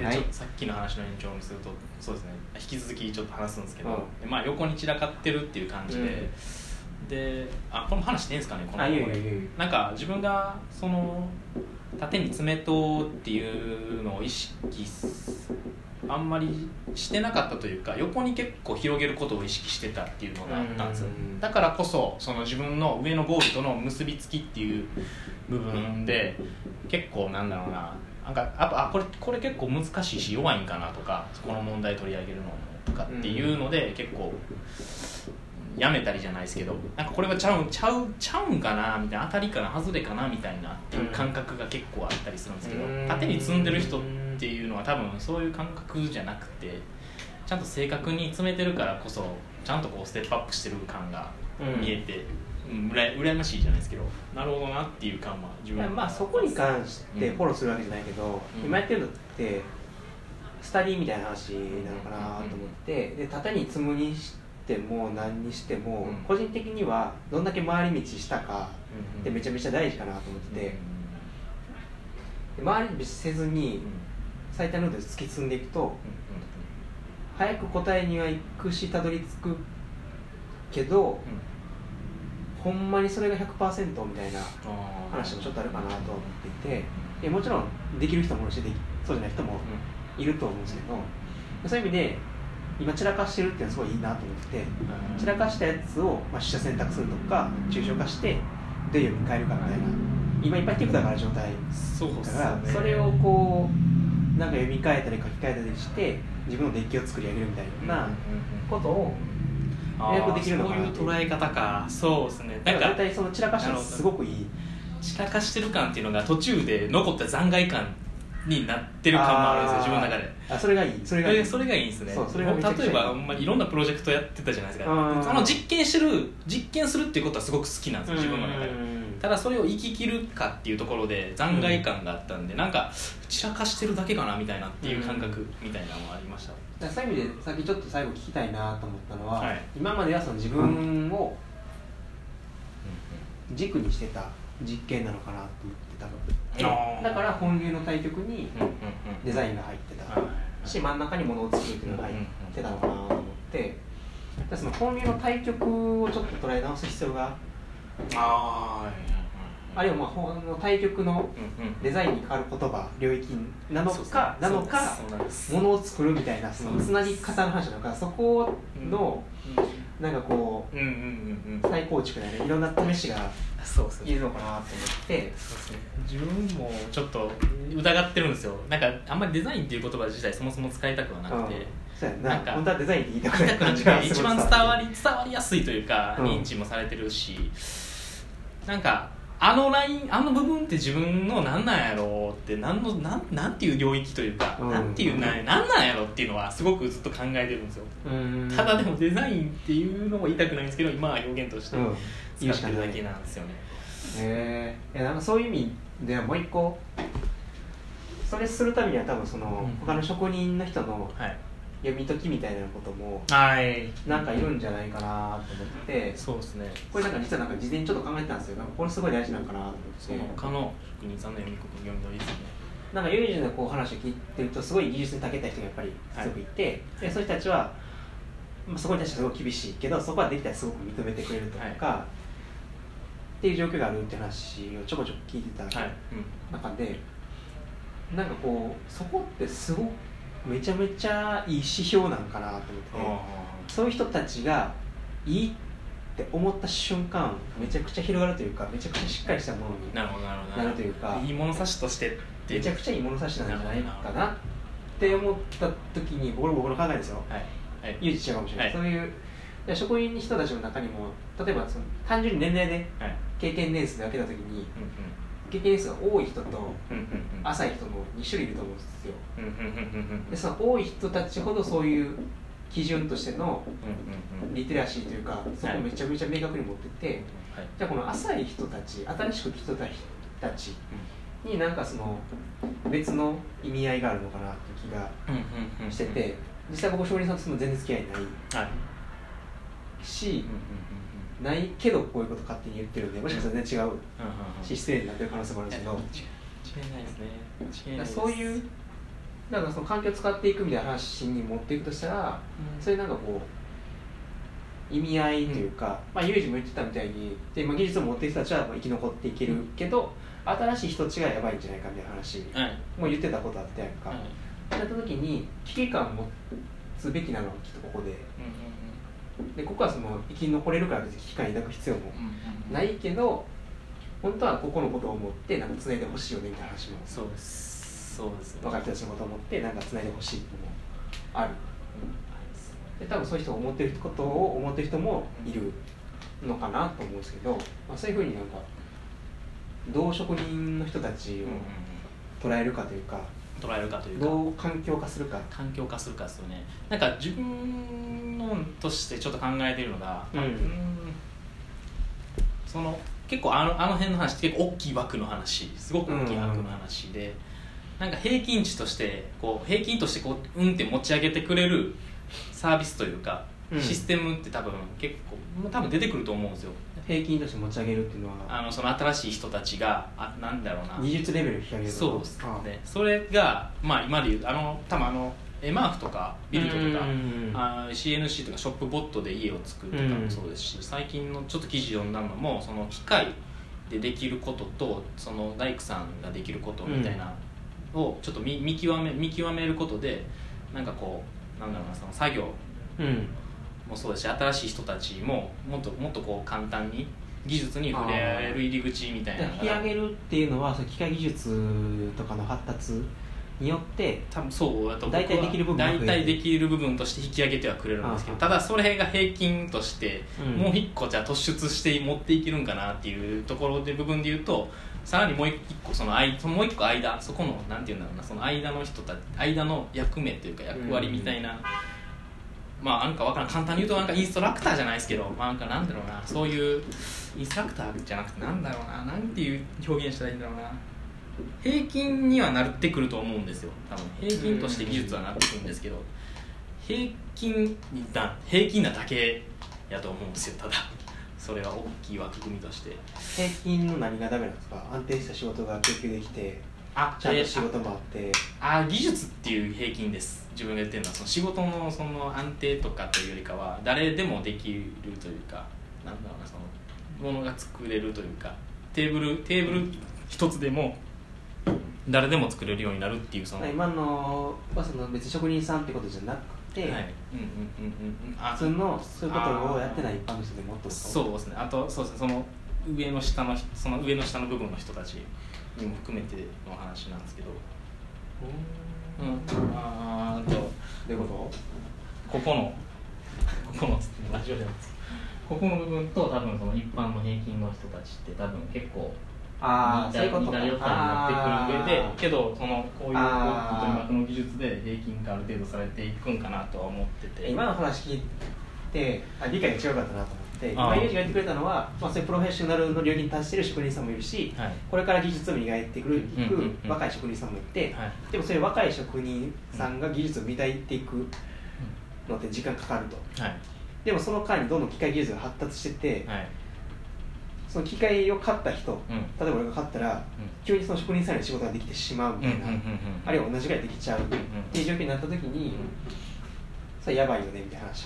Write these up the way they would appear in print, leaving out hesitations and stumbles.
で、ちょっとさっきの話の延長にするとそうですね、引き続きちょっと話すんですけど、まあ、横に散らかってるっていう感じで、でこの話していいんですかね、このなんか自分がその縦に詰めとっていうのを意識あんまりしてなかったというか、横に結構広げることを意識してたっていうのがあったんですよ。だからこそその自分の上のゴールとの結びつきっていう部分で結構なんだろうな、なんかこれ結構難しいし弱いんかなとか、この問題取り上げるのとかっていうので結構やめたりじゃないですけど、なんかこれがちゃうんかなみたいな、当たりかな外れかなみたいなっていう感覚が結構あったりするんですけど、縦に積んでる人っていうのは多分そういう感覚じゃなくて、ちゃんと正確に詰めてるからこそちゃんとこうステップアップしてる感が見えて、羨ましいじゃないですけど、なるほどなっていう感は自分は。 まあそこに関してフォローするわけじゃないけど、今やってるのってスタディみたいな話なのかなと思って、で縦に積むにしても何にしても、個人的にはどんだけ回り道したかってめちゃめちゃ大事かなと思ってて、で回り道せずに最短ルートで突き進んでいくと、早く答えには行くしたどり着くけど、ほんまにそれが 100% みたいな話もちょっとあるかなとは思っていて、もちろんできる人もいるしそうじゃない人もいると思うんですけど、そういう意味で今散らかしてるっていうのはすごいいいなと思ってて、散らかしたやつを取捨選択するとか抽象化してどういうように変えるかみたいな、今いっぱいテクだから状態だから、それをこうなんか読み替えたり書き換えたりして自分のデッキを作り上げるみたいなことをできるのかな。 そういう捉え方か。そうですね。 だから絶対その散らかしてすごくいい。 散らかしてる感っていうのが途中で残った残骸感になってる感もあるんですよ、自分の中で。 それがいい。それがいいんですね。 それがめちゃくちゃいい。 例えばいろんなプロジェクトやってたじゃないですか。その実験するっていうことはすごく好きなんですよ、自分の中で。ただそれを生き切るかっていうところで残骸感があったんで、なんか散らかしてるだけかなみたいなっていう感覚みたいなのもありました。 そういう意味でさっきちょっと最後聞きたいなと思ったのは、今まではその自分を軸にしてた実験なのかなと思ってたの。だから本流の対極にデザインが入ってたし、真ん中に物を作るっていうのが入ってたのかなと思って、その本流の対極をちょっと捉え直す必要があるいは対極のデザインに変わる言葉領域なのか物を作るみたいな、そのつなぎ方の話なのか、そこのなんかこう再構築でいろんな試しがいるのかなと思って、 自分もちょっと疑ってるんですよ。なんかあんまりデザインっていう言葉自体そもそも使いたくはなくて、 なんか本当はデザインって言いたくない感じが一番伝わりやすいというか、認知もされてるし、なんかあのライン、あの部分って自分の何なんやろうって、なんていう領域というか、なんなんやろうっていうのはすごくずっと考えてるんですよ。ただでもデザインっていうのも言いたくないんですけど、今は表現として使ってるだけなんですよね。 なんかそういう意味ではもう一個それするためには多分その他の職人の人の読み解きみたいなこともなんかいるんじゃないかなと思って、 そうですね。 これなんか実はなんか事前にちょっと考えてたんですよ。なんかこれすごい大事なんかなと思って、 その他の職人さんの読み解きですね。 なんかユージのこう話を聞いてるとすごい技術に長けた人がやっぱりすごくいて、でそういう人たちは、そこに対してすごく厳しいけどそこはできたらすごく認めてくれるとか、っていう状況があるって話をちょこちょこ聞いてた中で、なんかこうそこってすごくめちゃめちゃいい指標なんかなと思って、そういう人たちがいいって思った瞬間めちゃくちゃ広がるというか、めちゃくちゃしっかりしたものになるというか、 いい物差しとしてめちゃくちゃいい物差しなんじゃないかなって思った時に、僕の考えですよ、ユージ違うかもしれない、そういう職員の人たちの中にも、例えばその単純に年齢で経験年数で分けた時に、経験年数が多い人と浅い人の2種類いると思うんですよ。でその多い人たちほどそういう基準としてのリテラシーというか、そこをめちゃめちゃ明確に持ってて、じゃあこの浅い人たち、新しく来た人たちになんかその別の意味合いがあるのかなって気がしてて、実際僕職人さんと全然付き合いないし、ないけどこういうこと勝手に言ってるんで、もしかしたら全然違うし失礼になってる可能性もあるんですけど、 違いないですね。 そういうだからその環境を使っていくみたいな話に持っていくとしたら、それなんかこう意味合いというか、まあユージも言ってたみたいにで、まあ、技術を持っている人たちは生き残っていけるけど、新しい人たちがやばいんじゃないかみたいな話も言ってたことあったやんか、はい、なった時に危機感を持つべきなのはきっとここで、でここはその生き残れるから別に危機感抱く必要もないけど、本当はここのことを思ってなんか繋いでほしいよねみたいな話もそうですね、 若い人たちのことを思ってなんか繋いでほしいっていうのもある、で多分そういう人を思ってることを思ってる人もいるのかなと思うんですけど、まあ、そういうふうになんかどう職人の人たちを捉えるかというか、どう環境化するかですよね。なんか自分のとしてちょっと考えているのが、その結構あの辺の話って結構大きい枠の話、すごく大きい枠の話で、なんか平均値として平均としてって持ち上げてくれるサービスというか、システムって多分出てくると思うんですよ。 平均として持ち上げるっていうのはその新しい人たちがなんだろうな、 技術レベルを引き上げる。 そうですね。それがまあ今で言う多分エマークとかビルドとかCNC とかショップボットで家を作るとかもそうですし、最近のちょっと記事読んだのもその機械でできることとその大工さんができることみたいなをちょっと見極めることで、なんかなんだろうな、その作業もそうですし、新しい人たちももっと簡単に技術に触れられる入り口みたいな。 引き上げるっていうのはその機械技術とかの発達によって多分そうだと僕は大体できる部分として引き上げてはくれるんですけど、ただそれが平均としてもう一個じゃあ突出して持っていけるんかなっていうところで部分で言うと、さらにもう一個もう一個間、そこのなんていうんだろうな、その間の人たち、間の役目というか役割みたいな、まあなんかわからん、簡単に言うとなんかインストラクターじゃないですけど、まあなんかなんだろうな、そういうインストラクターじゃなくてなんだろうな、なんていう表現したらいいんだろうな、平均にはなってくると思うんですよ。多分平均として技術はなってくるんですけど、平均なだけやと思うんですよ。ただそれは大きい枠組みとして平均の何がダメなんですか？安定した仕事が供給できて、ちゃんと仕事もあって、 技術っていう平均です。自分が言ってるのはその仕事のその安定とかというよりかは、誰でもできるというか、なんだろうな、そのものが作れるというか、テーブル一つでも誰でも作れるようになるっていう、その今のはその別に職人さんってことじゃなくて、普通のそういうことをやってない一般の人でもっとそうですね。あとそうですね、その上の下の部分の人たちにも含めての話なんですけど、 どういうこと？ ここのラジオでもここの部分と多分その一般の平均の人たちって多分結構似たようなになってくる上で、けどそのこういう大きい取り巻きの技術で平均がある程度されていくんかなとは思ってて、 今の話聞いて理解が違うかったなと思って、今ユージが言ってくれたのは、そういうプロフェッショナルの領域に達している職人さんもいるし、これから技術を磨いていく若い職人さんもいて、でもそういう若い職人さんが技術を磨いていくのって時間かかると、でもその間にどんどん機械技術が発達してて、その機械を買った人、例えば俺が買ったら、急にその職人さんの仕事ができてしまうみたいな、あるいは同じぐらいできちゃうっていう状況になった時に、それやばいよねみたいな話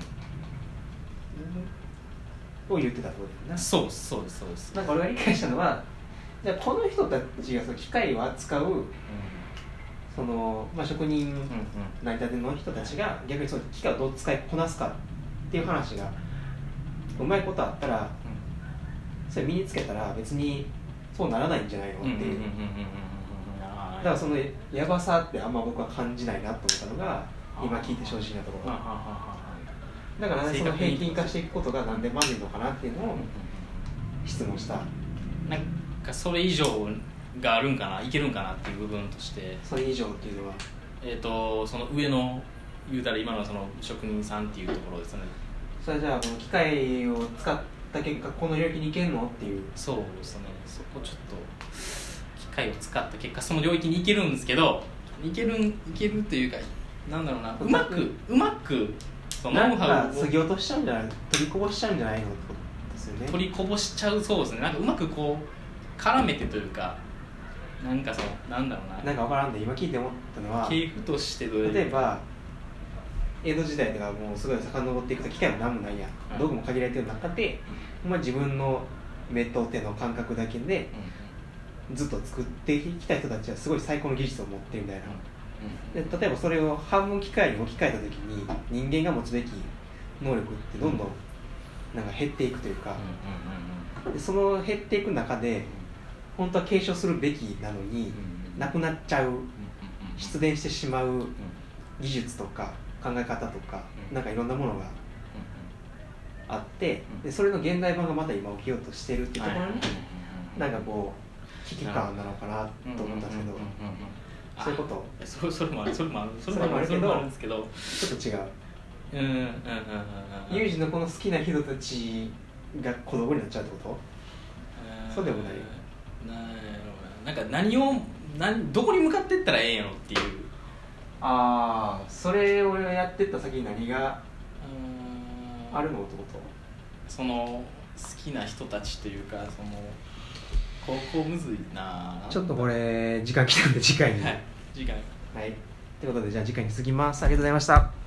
を言ってたところだよな。 そうです。 なんか俺が理解したのは、じゃあこの人たちがその機械を扱う、その職人成り立ての人たちが逆にその機械をどう使いこなすかっていう話がうまいことあったら、それ身につけたら別にそうならないんじゃないのっていう。だからそのやばさってあんま僕は感じないなと思ったのが今聞いて正直なところ。だからね、その平均化していくことがなんでまずいのかなっていうのを質問した。 なんかそれ以上があるんかな、いけるんかなっていう部分として。 それ以上っていうのはその上の言うたら今のその職人さんっていうところですね。 それじゃあこの機械を使った結果この領域に行けんのっていう。 そうですね。そこちょっと機械を使った結果その領域に行けるんですけど、いけるというか、なんだろうな、うまくそのノウハウを削ぎ落としちゃうんじゃない、取りこぼしちゃうんじゃないのってことですよね。 取りこぼしちゃう、そうですね。なんかうまくこう絡めてというかなんかなんだろうな、 なんか分からんで今聞いて思ったのは、 系譜として例えば江戸時代とかもうすごい遡っていくと機械も何もないやん、道具も限られてる中で、自分の目と手の感覚だけでずっと作ってきた人たちはすごい最高の技術を持ってるみたいな、で例えばそれを半分機械に置き換えた時に人間が持つべき能力ってどんどんなんか減っていくというか、でその減っていく中で本当は継承するべきなのになくなっちゃう、失伝してしまう技術とか考え方とか、なんかいろんなものがあって、でそれの現代版がまた今起きようとしてるっていうところになんかこう危機感なのかなと思ったんですけど、そういうこと、 それもあるんですけど、 ちょっと違う。ユージのこの好きな人たちが子供になっちゃうってこと？そうでもない。 なんかどこに向かっていったらええんやろっていう。 ああ、それをやってった先に何があるのってこと？ その好きな人たちというか、高校むずいな。 ちょっとこれ時間来たんで次回に。 はい、次回。 はい。ということでじゃあ次回に続きます。ありがとうございました。